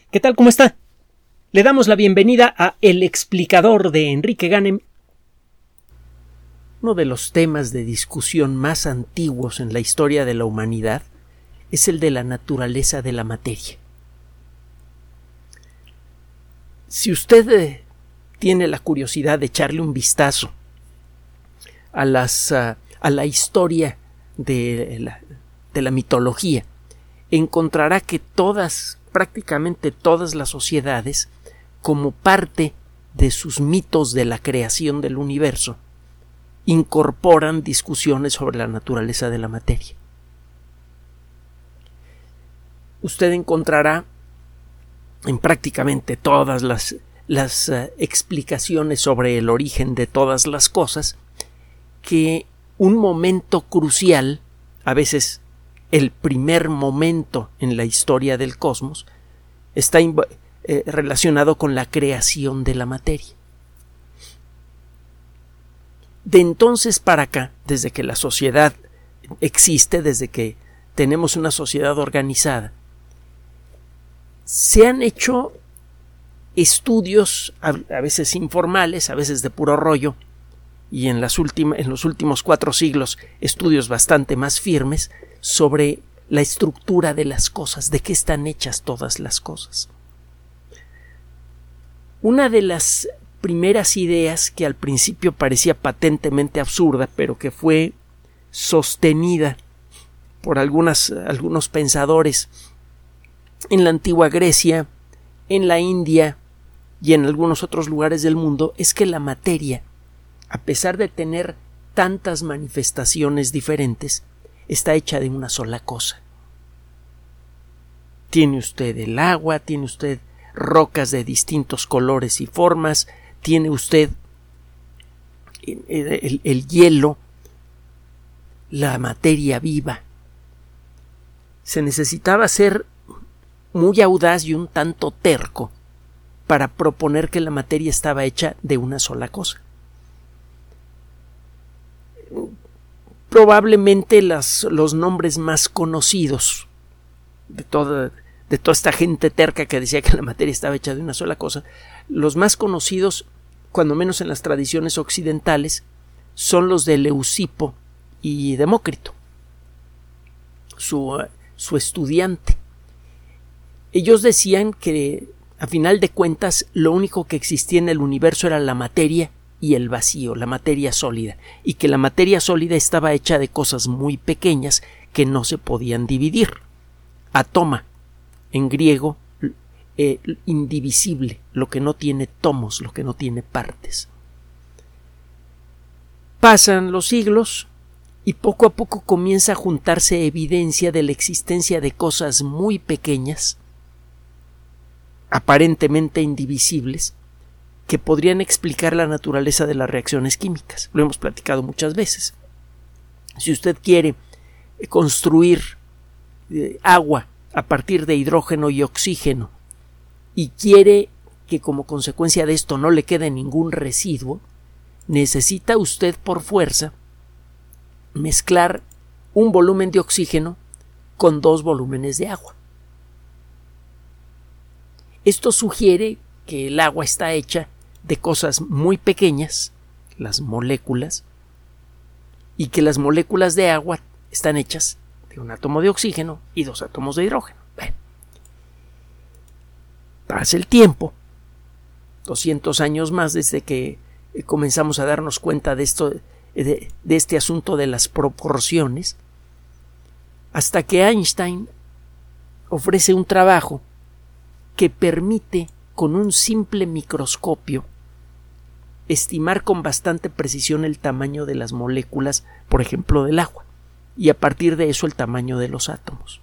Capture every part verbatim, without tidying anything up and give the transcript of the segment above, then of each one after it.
¿Qué tal? ¿Cómo está? Le damos la bienvenida a El explicador de Enrique Ganem. Uno de los temas de discusión más antiguos en la historia de la humanidad es el de la naturaleza de la materia. Si usted eh, tiene la curiosidad de echarle un vistazo a, las, uh, a la historia de la, de la mitología, encontrará que todas, prácticamente todas las sociedades, como parte de sus mitos de la creación del universo, incorporan discusiones sobre la naturaleza de la materia. Usted encontrará en prácticamente todas las, las uh, explicaciones sobre el origen de todas las cosas que un momento crucial, a veces el primer momento en la historia del cosmos, está eh, relacionado con la creación de la materia. De entonces para acá, desde que la sociedad existe, desde que tenemos una sociedad organizada, se han hecho estudios a, a veces informales, a veces de puro rollo, y en, las últimas, en los últimos cuatro siglos estudios bastante más firmes sobre la estructura de las cosas, de qué están hechas todas las cosas. Una de las primeras ideas que al principio parecía patentemente absurda, pero que fue sostenida por algunas, algunos pensadores en la antigua Grecia, en la India y en algunos otros lugares del mundo, es que la materia, a pesar de tener tantas manifestaciones diferentes, está hecha de una sola cosa. Tiene usted el agua, tiene usted rocas de distintos colores y formas, tiene usted el, el, el hielo, la materia viva. Se necesitaba ser muy audaz y un tanto terco para proponer que la materia estaba hecha de una sola cosa. Probablemente las, los nombres más conocidos de toda, de toda esta gente terca que decía que la materia estaba hecha de una sola cosa, los más conocidos, cuando menos en las tradiciones occidentales, son los de Leucipo y Demócrito, su, su estudiante. Ellos decían que, a final de cuentas, lo único que existía en el universo era la materia y el vacío, la materia sólida, y que la materia sólida estaba hecha de cosas muy pequeñas que no se podían dividir. Atoma, en griego, eh, indivisible, lo que no tiene tomos, lo que no tiene partes. Pasan los siglos y poco a poco comienza a juntarse evidencia de la existencia de cosas muy pequeñas, aparentemente indivisibles, que podrían explicar la naturaleza de las reacciones químicas. Lo hemos platicado muchas veces. Si usted quiere construir eh, agua a partir de hidrógeno y oxígeno y quiere que como consecuencia de esto no le quede ningún residuo, necesita usted por fuerza mezclar un volumen de oxígeno con dos volúmenes de agua. Esto sugiere que el agua está hecha de cosas muy pequeñas, las moléculas, y que las moléculas de agua están hechas de un átomo de oxígeno y dos átomos de hidrógeno. Bueno, pasa el tiempo, doscientos años más desde que comenzamos a darnos cuenta de esto, de, de este asunto de las proporciones, hasta que Einstein ofrece un trabajo que permite con un simple microscopio estimar con bastante precisión el tamaño de las moléculas, por ejemplo, del agua, y a partir de eso el tamaño de los átomos.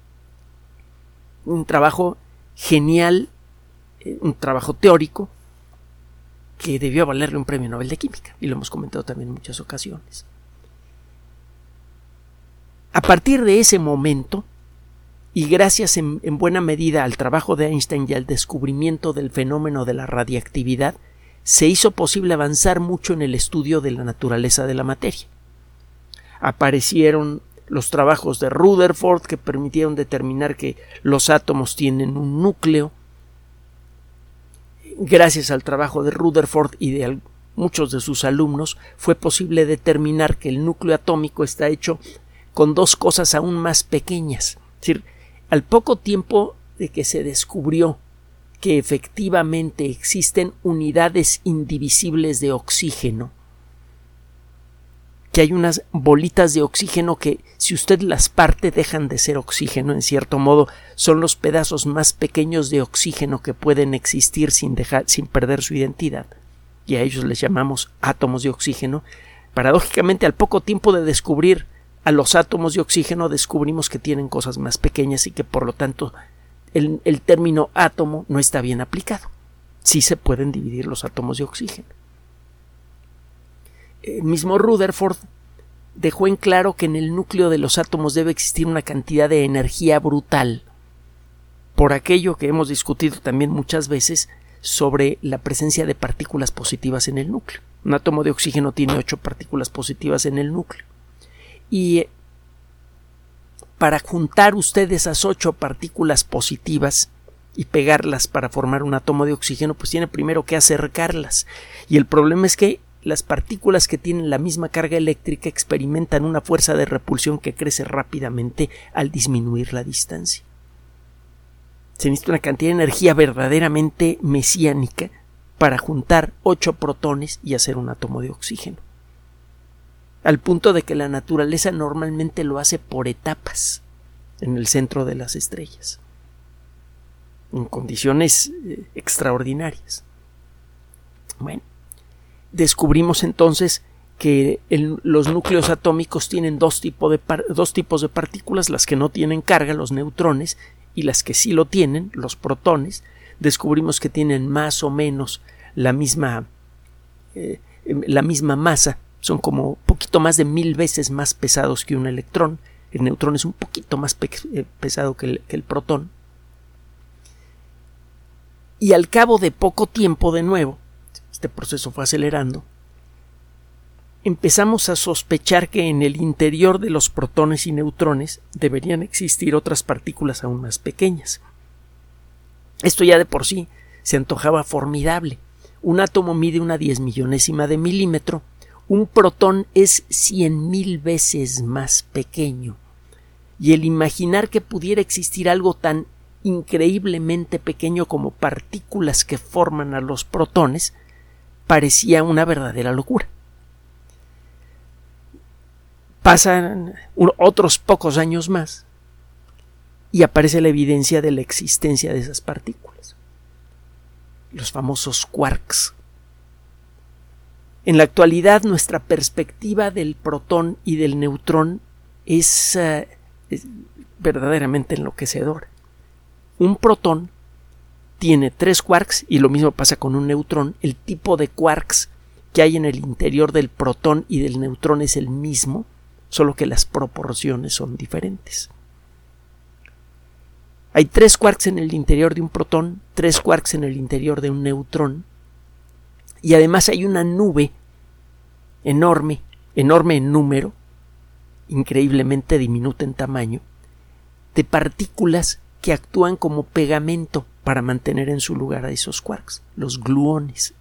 Un trabajo genial, un trabajo teórico que debió valerle un premio Nobel de Química, y lo hemos comentado también en muchas ocasiones. A partir de ese momento, y gracias en, en buena medida al trabajo de Einstein y al descubrimiento del fenómeno de la radiactividad, se hizo posible avanzar mucho en el estudio de la naturaleza de la materia. Aparecieron los trabajos de Rutherford que permitieron determinar que los átomos tienen un núcleo gracias al trabajo de Rutherford y de muchos de sus alumnos, fue posible determinar que el núcleo atómico está hecho con dos cosas aún más pequeñas. Es decir, al poco tiempo de que se descubrió que efectivamente existen unidades indivisibles de oxígeno, que hay unas bolitas de oxígeno que, si usted las parte, dejan de ser oxígeno. En cierto modo, son los pedazos más pequeños de oxígeno que pueden existir sin dejar, sin perder su identidad, y a ellos les llamamos átomos de oxígeno. Paradójicamente, al poco tiempo de descubrir a los átomos de oxígeno, descubrimos que tienen cosas más pequeñas y que, por lo tanto, el, el término átomo no está bien aplicado. Sí se pueden dividir los átomos de oxígeno. El mismo Rutherford dejó en claro que en el núcleo de los átomos debe existir una cantidad de energía brutal, por aquello que hemos discutido también muchas veces sobre la presencia de partículas positivas en el núcleo. Un átomo de oxígeno tiene ocho partículas positivas en el núcleo. Y para juntar usted esas ocho partículas positivas y pegarlas para formar un átomo de oxígeno, pues tiene primero que acercarlas. Y el problema es que las partículas que tienen la misma carga eléctrica experimentan una fuerza de repulsión que crece rápidamente al disminuir la distancia. Se necesita una cantidad de energía verdaderamente mesiánica para juntar ocho protones y hacer un átomo de oxígeno, al punto de que la naturaleza normalmente lo hace por etapas en el centro de las estrellas, en condiciones eh, extraordinarias. Bueno, descubrimos entonces que el, los núcleos atómicos tienen dos, tipo de par, dos tipos de partículas, las que no tienen carga, los neutrones, y las que sí lo tienen, los protones. Descubrimos que tienen más o menos la misma, eh, la misma masa, son como un poquito más de mil veces más pesados que un electrón. El neutrón es un poquito más pe eh, pesado que el, que el protón. Y al cabo de poco tiempo, de nuevo, este proceso fue acelerando, empezamos a sospechar que en el interior de los protones y neutrones deberían existir otras partículas aún más pequeñas. Esto ya de por sí se antojaba formidable. Un átomo mide una diez millonésima de milímetro, un protón es cien mil veces más pequeño. Y el imaginar que pudiera existir algo tan increíblemente pequeño como partículas que forman a los protones parecía una verdadera locura. Pasan otros pocos años más y aparece la evidencia de la existencia de esas partículas, los famosos quarks. En la actualidad, nuestra perspectiva del protón y del neutrón es, uh, es verdaderamente enloquecedora. Un protón tiene tres quarks y lo mismo pasa con un neutrón. El tipo de quarks que hay en el interior del protón y del neutrón es el mismo, solo que las proporciones son diferentes. Hay tres quarks en el interior de un protón, tres quarks en el interior de un neutrón, y además hay una nube enorme, enorme en número, increíblemente diminuta en tamaño, de partículas que actúan como pegamento para mantener en su lugar a esos quarks, los gluones.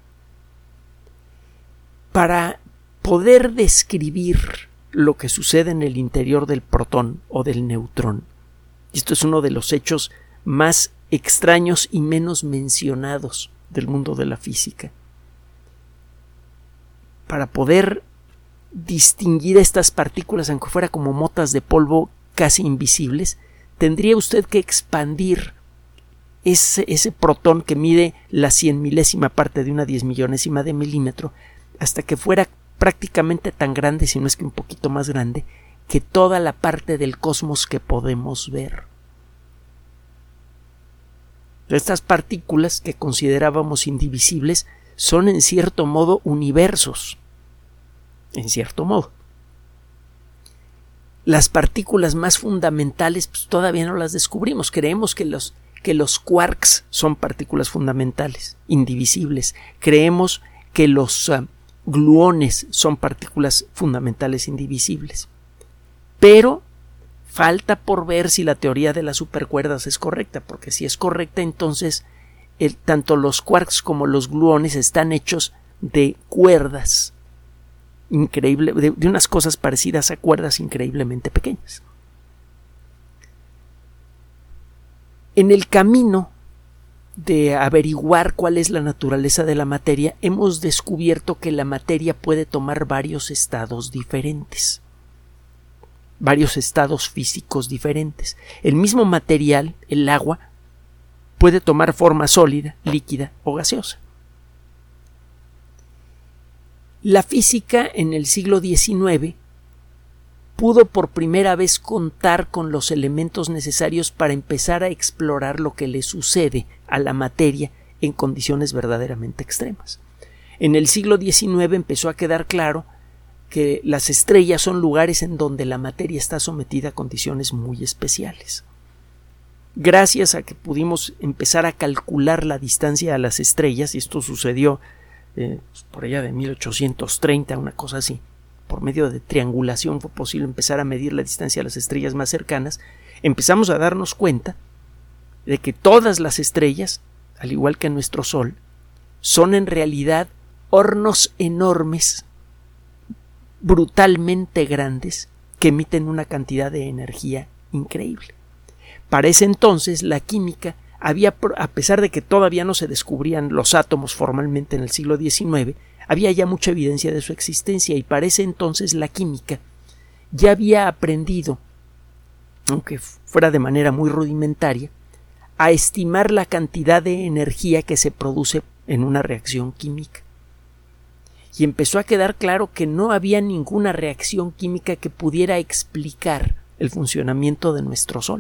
Para poder describir lo que sucede en el interior del protón o del neutrón, y esto es uno de los hechos más extraños y menos mencionados del mundo de la física, para poder distinguir estas partículas, aunque fuera como motas de polvo casi invisibles, tendría usted que expandir ese, ese protón que mide la cien milésima parte de una diez millonésima de milímetro hasta que fuera prácticamente tan grande, si no es que un poquito más grande, que toda la parte del cosmos que podemos ver. Estas partículas que considerábamos indivisibles son en cierto modo universos, en cierto modo. Las partículas más fundamentales pues, todavía no las descubrimos. Creemos que los, que los quarks son partículas fundamentales, indivisibles. Creemos que los uh, gluones son partículas fundamentales indivisibles. Pero falta por ver si la teoría de las supercuerdas es correcta, porque si es correcta, entonces el, tanto los quarks como los gluones están hechos de cuerdas increíble, de, de unas cosas parecidas a cuerdas increíblemente pequeñas. En el camino de averiguar cuál es la naturaleza de la materia, hemos descubierto que la materia puede tomar varios estados diferentes, varios estados físicos diferentes. El mismo material, el agua, puede tomar forma sólida, líquida o gaseosa. La física en el siglo diecinueve pudo por primera vez contar con los elementos necesarios para empezar a explorar lo que le sucede a la materia en condiciones verdaderamente extremas. En el siglo diecinueve empezó a quedar claro que las estrellas son lugares en donde la materia está sometida a condiciones muy especiales. Gracias a que pudimos empezar a calcular la distancia a las estrellas, y esto sucedió eh, por allá de mil ochocientos treinta, una cosa así, por medio de triangulación fue posible empezar a medir la distancia a las estrellas más cercanas, empezamos a darnos cuenta de que todas las estrellas, al igual que nuestro Sol, son en realidad hornos enormes, brutalmente grandes, que emiten una cantidad de energía increíble. Para ese entonces la química había, a pesar de que todavía no se descubrían los átomos formalmente en el siglo diecinueve, había ya mucha evidencia de su existencia, y para ese entonces la química ya había aprendido, aunque fuera de manera muy rudimentaria, a estimar la cantidad de energía que se produce en una reacción química. Y empezó a quedar claro que no había ninguna reacción química que pudiera explicar el funcionamiento de nuestro Sol.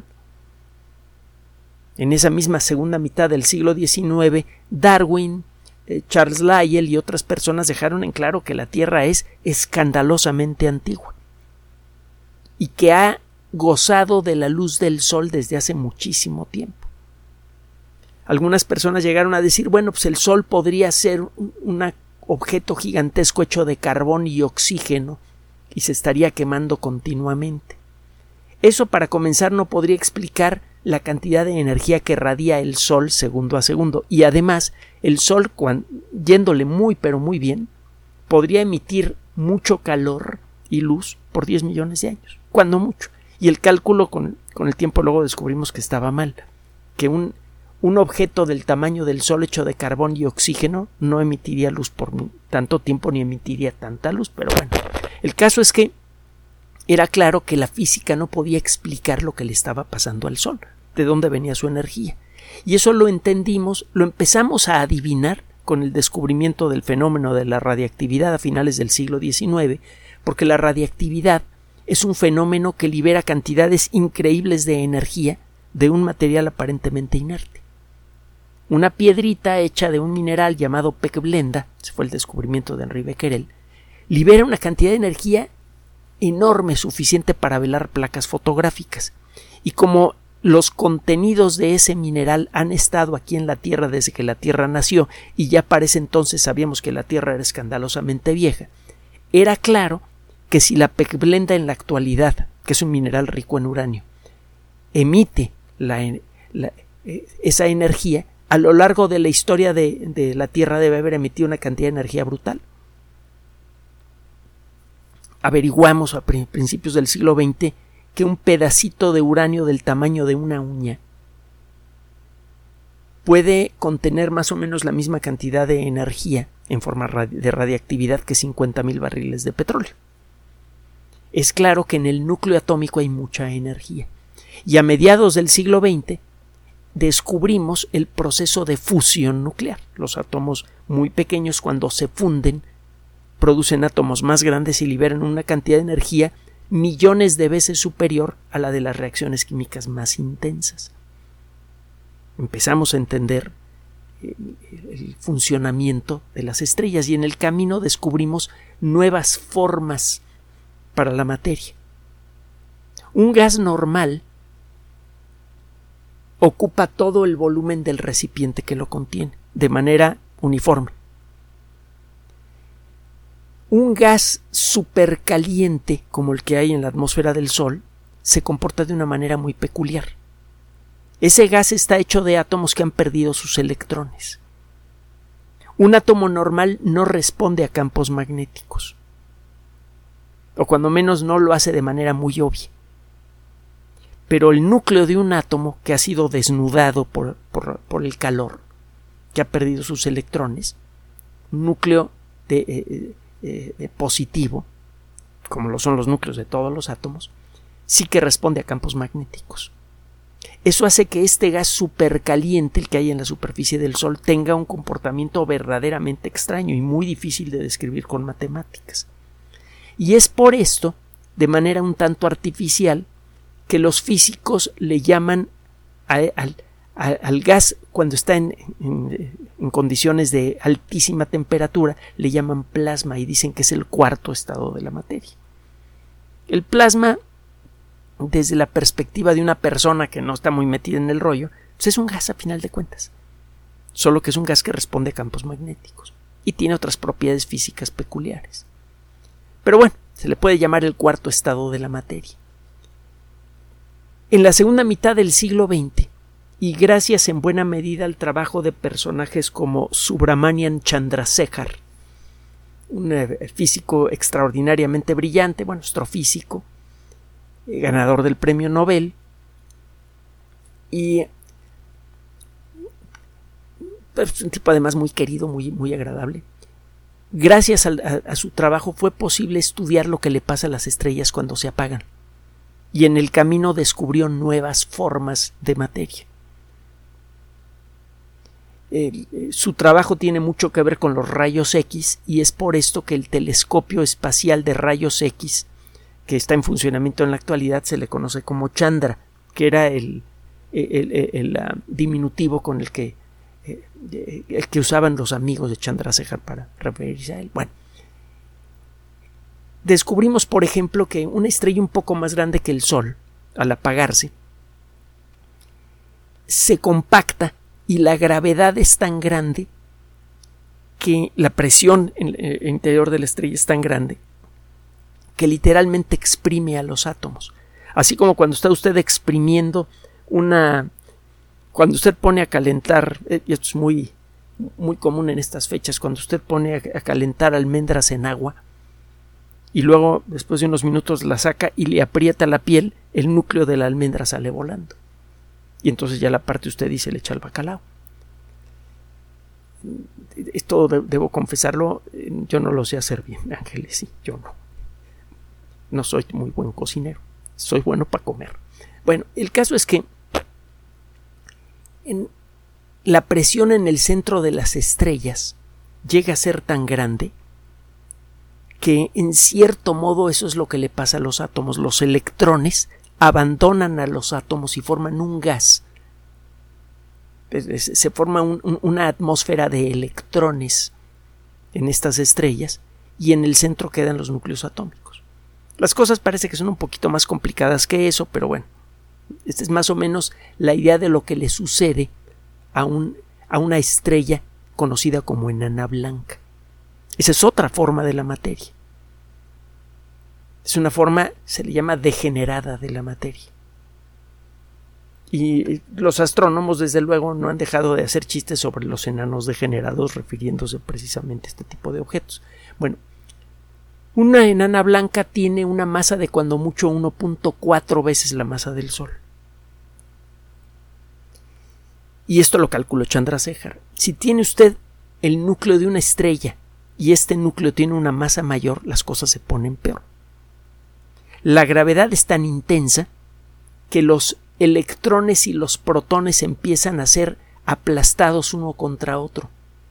En esa misma segunda mitad del siglo diecinueve, Darwin, Charles Lyell y otras personas dejaron en claro que la Tierra es escandalosamente antigua y que ha gozado de la luz del Sol desde hace muchísimo tiempo. Algunas personas llegaron a decir, bueno, pues el Sol podría ser un, un objeto gigantesco hecho de carbón y oxígeno y se estaría quemando continuamente. Eso, para comenzar, no podría explicar la cantidad de energía que radia el Sol segundo a segundo, y además el Sol, cuando, yéndole muy pero muy bien, podría emitir mucho calor y luz por diez millones de años, cuando mucho. Y el cálculo con, con el tiempo luego descubrimos que estaba mal, que un, un objeto del tamaño del Sol hecho de carbón y oxígeno no emitiría luz por tanto tiempo ni emitiría tanta luz, pero bueno, el caso es que era claro que la física no podía explicar lo que le estaba pasando al Sol, de dónde venía su energía. Y eso lo entendimos, lo empezamos a adivinar con el descubrimiento del fenómeno de la radiactividad a finales del siglo diecinueve, porque la radiactividad es un fenómeno que libera cantidades increíbles de energía de un material aparentemente inerte. Una piedrita hecha de un mineral llamado pechblenda, ese fue el descubrimiento de Henri Becquerel, libera una cantidad de energía enorme, suficiente para velar placas fotográficas. Y como los contenidos de ese mineral han estado aquí en la Tierra desde que la Tierra nació, y ya para ese entonces sabíamos que la Tierra era escandalosamente vieja, era claro que si la pechblenda en la actualidad, que es un mineral rico en uranio, emite la, la, esa energía, a lo largo de la historia de, de la Tierra debe haber emitido una cantidad de energía brutal. Averiguamos a principios del siglo veinte que un pedacito de uranio del tamaño de una uña puede contener más o menos la misma cantidad de energía en forma de radiactividad que cincuenta mil barriles de petróleo. Es claro que en el núcleo atómico hay mucha energía. Y a mediados del siglo veinte descubrimos el proceso de fusión nuclear. Los átomos muy pequeños, cuando se funden, producen átomos más grandes y liberan una cantidad de energía millones de veces superior a la de las reacciones químicas más intensas. Empezamos a entender el funcionamiento de las estrellas y en el camino descubrimos nuevas formas para la materia. Un gas normal ocupa todo el volumen del recipiente que lo contiene, de manera uniforme. Un gas supercaliente, como el que hay en la atmósfera del Sol, se comporta de una manera muy peculiar. Ese gas está hecho de átomos que han perdido sus electrones. Un átomo normal no responde a campos magnéticos, o cuando menos no lo hace de manera muy obvia. Pero el núcleo de un átomo que ha sido desnudado por, por, por el calor, que ha perdido sus electrones, un núcleo de, eh, eh, de positivo, como lo son los núcleos de todos los átomos, sí que responde a campos magnéticos. Eso hace que este gas supercaliente, el que hay en la superficie del Sol, tenga un comportamiento verdaderamente extraño y muy difícil de describir con matemáticas. Y es por esto, de manera un tanto artificial, que los físicos le llaman a, a, a, al gas, cuando está en, en, en condiciones de altísima temperatura, le llaman plasma y dicen que es el cuarto estado de la materia. El plasma, desde la perspectiva de una persona que no está muy metida en el rollo, pues es un gas a final de cuentas, solo que es un gas que responde a campos magnéticos y tiene otras propiedades físicas peculiares. Pero bueno, se le puede llamar el cuarto estado de la materia. En la segunda mitad del siglo veinte, y gracias en buena medida al trabajo de personajes como Subrahmanyan Chandrasekhar, un físico extraordinariamente brillante, bueno, astrofísico, ganador del premio Nobel, y pues, un tipo además muy querido, muy, muy agradable. Gracias a, a, a su trabajo fue posible estudiar lo que le pasa a las estrellas cuando se apagan, y en el camino descubrió nuevas formas de materia. Eh, eh, su trabajo tiene mucho que ver con los rayos X, y es por esto que el telescopio espacial de rayos X, que está en funcionamiento en la actualidad, se le conoce como Chandra, que era el, el, el, el uh, diminutivo con el que, eh, el que usaban los amigos de Chandrasekhar para referirse a él. Bueno, descubrimos, por ejemplo, que una estrella un poco más grande que el Sol, al apagarse, se compacta y la gravedad es tan grande que la presión en el interior de la estrella es tan grande que literalmente exprime a los átomos. Así como cuando está usted exprimiendo una... Cuando usted pone a calentar, y esto es muy, muy común en estas fechas, cuando usted pone a calentar almendras en agua y luego después de unos minutos la saca y le aprieta la piel, el núcleo de la almendra sale volando. Y entonces ya la parte usted y se le echa el bacalao. Esto debo confesarlo, yo no lo sé hacer bien, Ángeles, sí, yo no. No soy muy buen cocinero, soy bueno para comer. Bueno, el caso es que en la presión en el centro de las estrellas llega a ser tan grande que en cierto modo eso es lo que le pasa a los átomos. Los electrones abandonan a los átomos y forman un gas. Se forma un, un, una atmósfera de electrones en estas estrellas y en el centro quedan los núcleos atómicos. Las cosas parece que son un poquito más complicadas que eso, pero bueno, esta es más o menos la idea de lo que le sucede a, un, a una estrella conocida como enana blanca. Esa es otra forma de la materia. Es una forma, se le llama degenerada de la materia. Y los astrónomos, desde luego, no han dejado de hacer chistes sobre los enanos degenerados, refiriéndose precisamente a este tipo de objetos. Bueno, una enana blanca tiene una masa de cuando mucho uno punto cuatro veces la masa del Sol. Y esto lo calculó Chandrasekhar. Si tiene usted el núcleo de una estrella y este núcleo tiene una masa mayor, las cosas se ponen peor. La gravedad es tan intensa que los electrones y los protones empiezan a ser aplastados uno contra otro.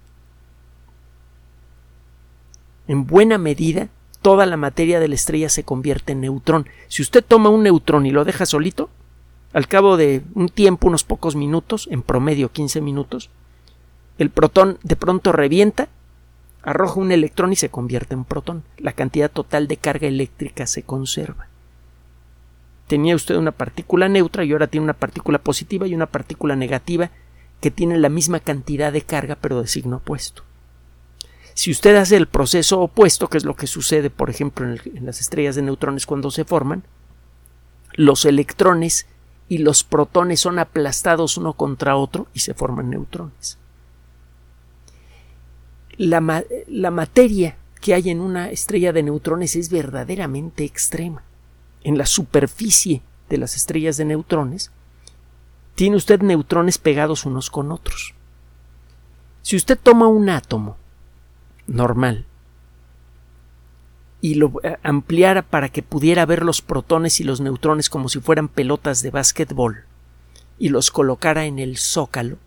En buena medida, toda la materia de la estrella se convierte en neutrón. Si usted toma un neutrón y lo deja solito, al cabo de un tiempo, unos pocos minutos, en promedio quince minutos, el protón de pronto revienta, arroja un electrón y se convierte en protón. La cantidad total de carga eléctrica se conserva. Tenía usted una partícula neutra y ahora tiene una partícula positiva y una partícula negativa que tienen la misma cantidad de carga pero de signo opuesto. Si usted hace el proceso opuesto, que es lo que sucede, por ejemplo, en, el, en las estrellas de neutrones cuando se forman, los electrones y los protones son aplastados uno contra otro y se forman neutrones. La, ma- la materia que hay en una estrella de neutrones es verdaderamente extrema. En la superficie de las estrellas de neutrones tiene usted neutrones pegados unos con otros. Si usted toma un átomo normal y lo ampliara para que pudiera ver los protones y los neutrones como si fueran pelotas de básquetbol y los colocara en el zócalo,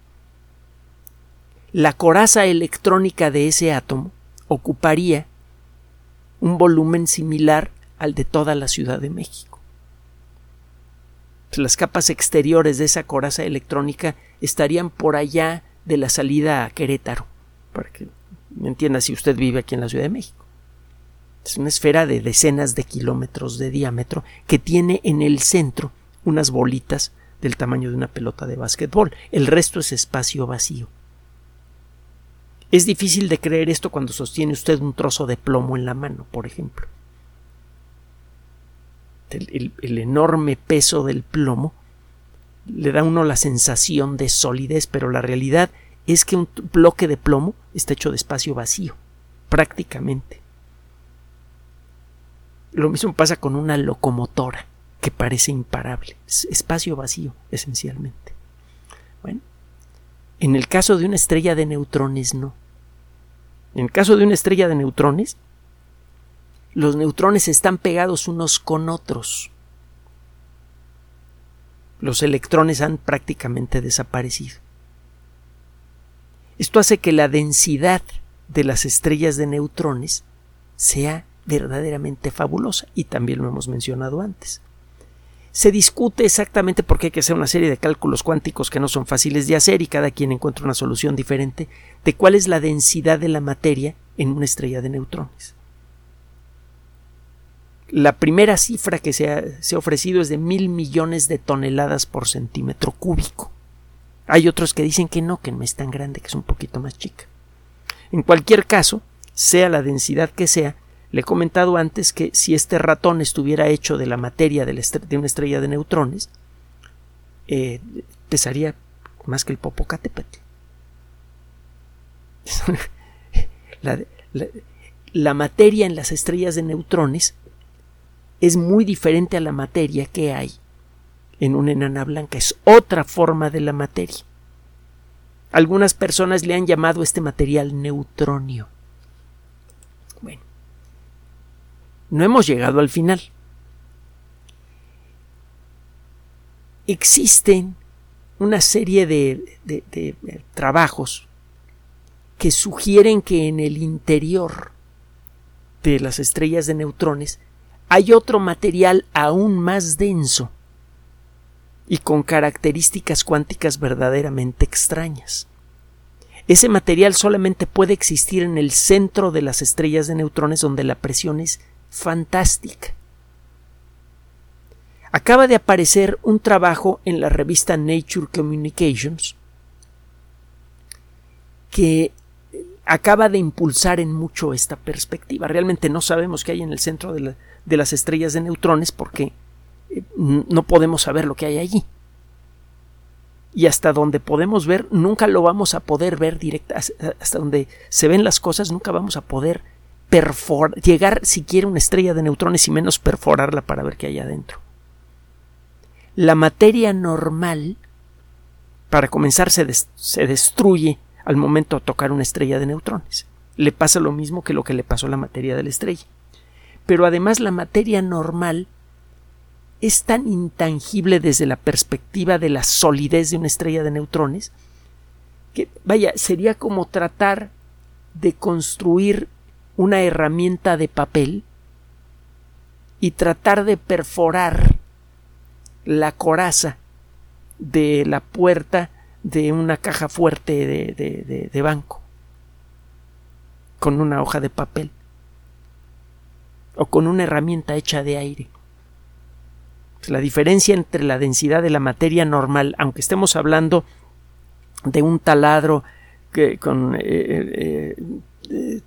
la coraza electrónica de ese átomo ocuparía un volumen similar al de toda la Ciudad de México. Las capas exteriores de esa coraza electrónica estarían por allá de la salida a Querétaro, para que me entienda si usted vive aquí en la Ciudad de México. Es una esfera de decenas de kilómetros de diámetro que tiene en el centro unas bolitas del tamaño de una pelota de básquetbol. El resto es espacio vacío. Es difícil de creer esto cuando sostiene usted un trozo de plomo en la mano, por ejemplo. El, el, el enorme peso del plomo le da a uno la sensación de solidez, pero la realidad es que un bloque de plomo está hecho de espacio vacío, prácticamente. Lo mismo pasa con una locomotora que parece imparable. Es espacio vacío, esencialmente. Bueno, en el caso de una estrella de neutrones, no. En el caso de una estrella de neutrones, los neutrones están pegados unos con otros. Los electrones han prácticamente desaparecido. Esto hace que la densidad de las estrellas de neutrones sea verdaderamente fabulosa, y también lo hemos mencionado antes. Se discute exactamente porque hay que hacer una serie de cálculos cuánticos que no son fáciles de hacer y cada quien encuentra una solución diferente de cuál es la densidad de la materia en una estrella de neutrones. La primera cifra que se ha, se ha ofrecido es de mil millones de toneladas por centímetro cúbico. Hay otros que dicen que no, que no es tan grande, que es un poquito más chica. En cualquier caso, sea la densidad que sea, le he comentado antes que si este ratón estuviera hecho de la materia de, la de una estrella de neutrones, eh, pesaría más que el Popocatépetl. la, la, la materia en las estrellas de neutrones es muy diferente a la materia que hay en una enana blanca. Es otra forma de la materia. Algunas personas le han llamado este material neutronio. Bueno, no hemos llegado al final. Existen una serie de, de, de, de trabajos que sugieren que en el interior de las estrellas de neutrones hay otro material aún más denso y con características cuánticas verdaderamente extrañas. Ese material solamente puede existir en el centro de las estrellas de neutrones, donde la presión es fantástica. Acaba de aparecer un trabajo en la revista Nature Communications que acaba de impulsar en mucho esta perspectiva. Realmente no sabemos qué hay en el centro de, la, de las estrellas de neutrones porque eh, no podemos saber lo que hay allí. Y hasta donde podemos ver, nunca lo vamos a poder ver directa, hasta donde se ven las cosas, nunca vamos a poder perforar, llegar siquiera a una estrella de neutrones y menos perforarla para ver qué hay adentro. La materia normal, para comenzar, se, des, se destruye al momento de tocar una estrella de neutrones. Le pasa lo mismo que lo que le pasó a la materia de la estrella. Pero además la materia normal es tan intangible desde la perspectiva de la solidez de una estrella de neutrones que, vaya, sería como tratar de construir una herramienta de papel y tratar de perforar la coraza de la puerta de una caja fuerte de, de, de, de banco con una hoja de papel o con una herramienta hecha de aire. La diferencia entre la densidad de la materia normal, aunque estemos hablando de un taladro que, con eh, eh,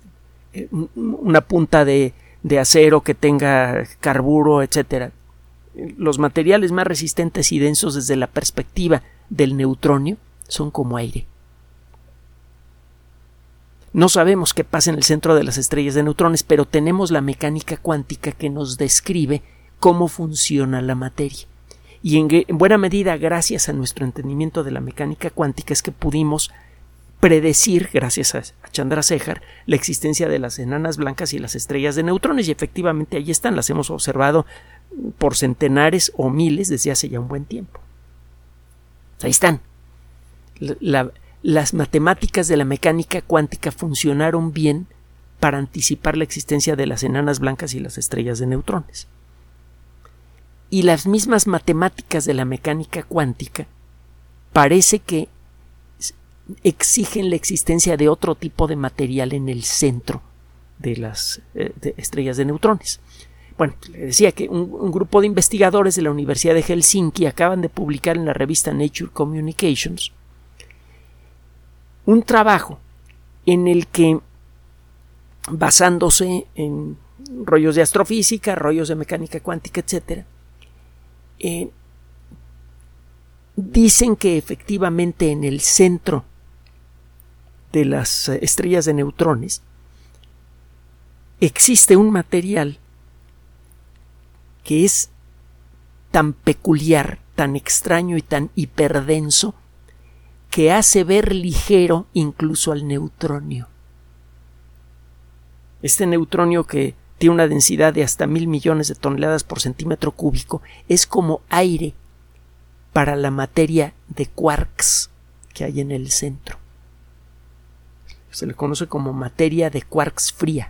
eh, una punta de, de acero que tenga carburo, etcétera, los materiales más resistentes y densos desde la perspectiva del neutronio son como aire. No sabemos qué pasa en el centro de las estrellas de neutrones, pero tenemos la mecánica cuántica que nos describe cómo funciona la materia. Y en, en buena medida, gracias a nuestro entendimiento de la mecánica cuántica, es que pudimos predecir, gracias a, a Chandrasekhar, la existencia de las enanas blancas y las estrellas de neutrones, y efectivamente ahí están, las hemos observado por centenares o miles desde hace ya un buen tiempo. Ahí están. La, la, las matemáticas de la mecánica cuántica funcionaron bien para anticipar la existencia de las enanas blancas y las estrellas de neutrones. Y las mismas matemáticas de la mecánica cuántica parece que exigen la existencia de otro tipo de material en el centro de las eh, de estrellas de neutrones. Bueno, le decía que un, un grupo de investigadores de la Universidad de Helsinki acaban de publicar en la revista Nature Communications un trabajo en el que, basándose en rollos de astrofísica, rollos de mecánica cuántica, etcétera, eh, dicen que efectivamente en el centro de las estrellas de neutrones existe un material que es tan peculiar, tan extraño y tan hiperdenso que hace ver ligero incluso al neutronio. Este neutronio, que tiene una densidad de hasta mil millones de toneladas por centímetro cúbico, es como aire para la materia de quarks que hay en el centro. Se le conoce como materia de quarks fría.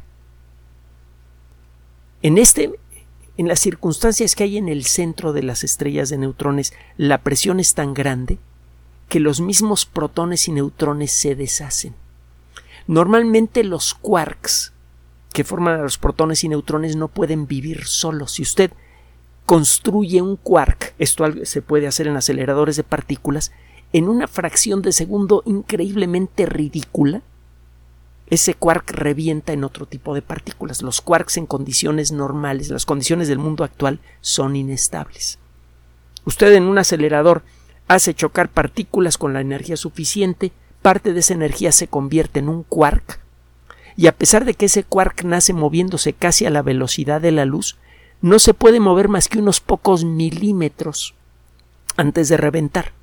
En este, en las circunstancias que hay en el centro de las estrellas de neutrones, la presión es tan grande que los mismos protones y neutrones se deshacen. Normalmente los quarks que forman a los protones y neutrones no pueden vivir solos. Si usted construye un quark, esto se puede hacer en aceleradores de partículas, en una fracción de segundo increíblemente ridícula, ese quark revienta en otro tipo de partículas. Los quarks en condiciones normales, las condiciones del mundo actual, son inestables. Usted en un acelerador hace chocar partículas con la energía suficiente, parte de esa energía se convierte en un quark, y a pesar de que ese quark nace moviéndose casi a la velocidad de la luz, no se puede mover más que unos pocos milímetros antes de reventar.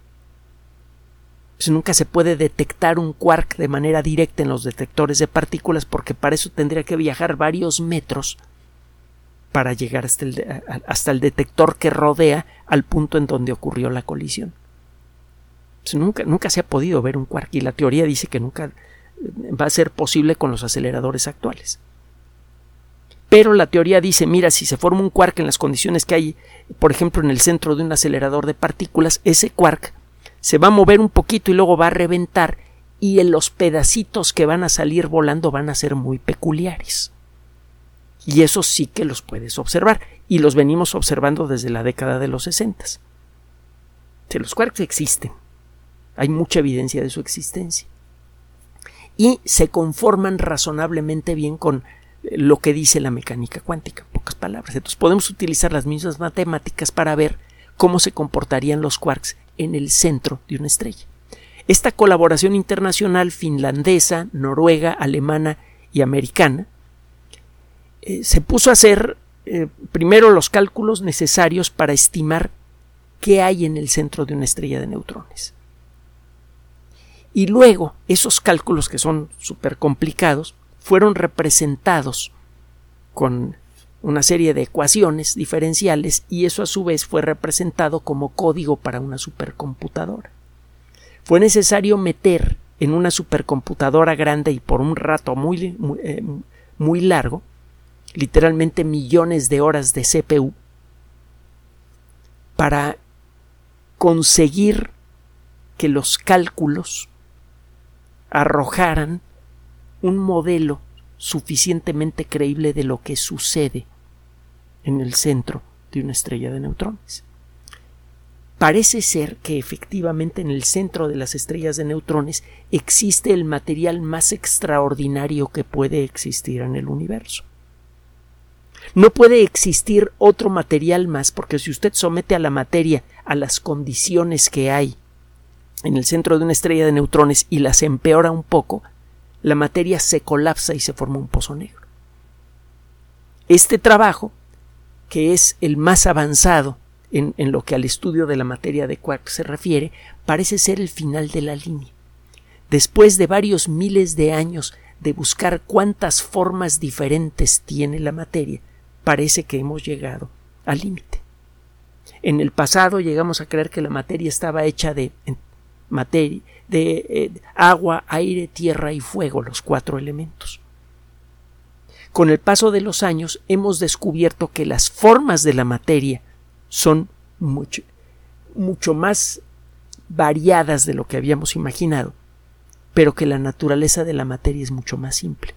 Pues nunca se puede detectar un quark de manera directa en los detectores de partículas, porque para eso tendría que viajar varios metros para llegar hasta el, hasta el detector que rodea al punto en donde ocurrió la colisión. Pues nunca, nunca se ha podido ver un quark, y la teoría dice que nunca va a ser posible con los aceleradores actuales. Pero la teoría dice, mira, si se forma un quark en las condiciones que hay, por ejemplo, en el centro de un acelerador de partículas, ese quark se va a mover un poquito y luego va a reventar, y en los pedacitos que van a salir volando van a ser muy peculiares. Y eso sí que los puedes observar, y los venimos observando desde la década de los sesentas. Si los quarks existen, hay mucha evidencia de su existencia, y se conforman razonablemente bien con lo que dice la mecánica cuántica, en pocas palabras. Entonces podemos utilizar las mismas matemáticas para ver cómo se comportarían los quarks en el centro de una estrella. Esta colaboración internacional finlandesa, noruega, alemana y americana eh, se puso a hacer eh, primero los cálculos necesarios para estimar qué hay en el centro de una estrella de neutrones. Y luego esos cálculos, que son súper complicados, fueron representados con una serie de ecuaciones diferenciales, y eso a su vez fue representado como código para una supercomputadora. Fue necesario meter en una supercomputadora grande y por un rato muy, muy, eh, muy largo, literalmente millones de horas de C P U, para conseguir que los cálculos arrojaran un modelo suficientemente creíble de lo que sucede en el centro de una estrella de neutrones. Parece ser que efectivamente en el centro de las estrellas de neutrones existe el material más extraordinario que puede existir en el universo. No puede existir otro material más, porque si usted somete a la materia a las condiciones que hay en el centro de una estrella de neutrones y las empeora un poco, la materia se colapsa y se forma un pozo negro. Este trabajo, que es el más avanzado en, en lo que al estudio de la materia de quarks se refiere, parece ser el final de la línea. Después de varios miles de años de buscar cuántas formas diferentes tiene la materia, parece que hemos llegado al límite. En el pasado llegamos a creer que la materia estaba hecha de, materia, de eh, agua, aire, tierra y fuego, los cuatro elementos. Con el paso de los años hemos descubierto que las formas de la materia son mucho, mucho más variadas de lo que habíamos imaginado, pero que la naturaleza de la materia es mucho más simple.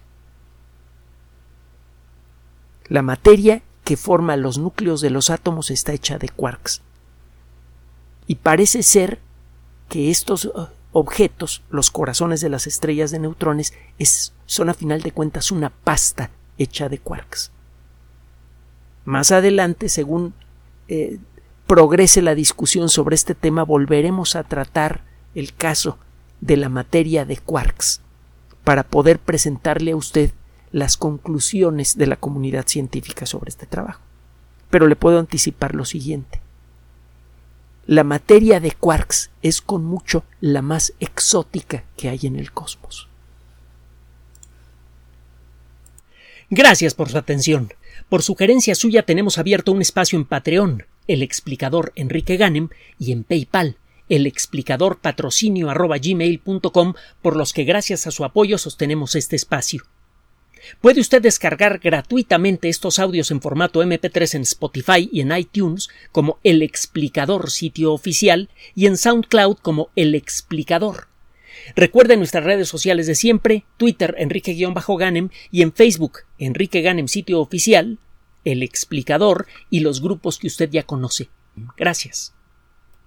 La materia que forma los núcleos de los átomos está hecha de quarks. Y parece ser que estos objetos, los corazones de las estrellas de neutrones, es, son a final de cuentas una pasta hecha de quarks. Más adelante, según eh, progrese la discusión sobre este tema, volveremos a tratar el caso de la materia de quarks para poder presentarle a usted las conclusiones de la comunidad científica sobre este trabajo. Pero le puedo anticipar lo siguiente. La materia de quarks es con mucho la más exótica que hay en el cosmos. Gracias por su atención. Por sugerencia suya tenemos abierto un espacio en Patreon, el explicador Enrique Ganem, y en PayPal, el explicador patrocinio arroba gmail punto com, por los que gracias a su apoyo sostenemos este espacio. Puede usted descargar gratuitamente estos audios en formato eme pe tres en Spotify y en iTunes como El Explicador sitio oficial y en SoundCloud como El Explicador. Recuerde nuestras redes sociales de siempre, Twitter Enrique-Ganem y en Facebook Enrique Ganem sitio oficial, El Explicador y los grupos que usted ya conoce. Gracias.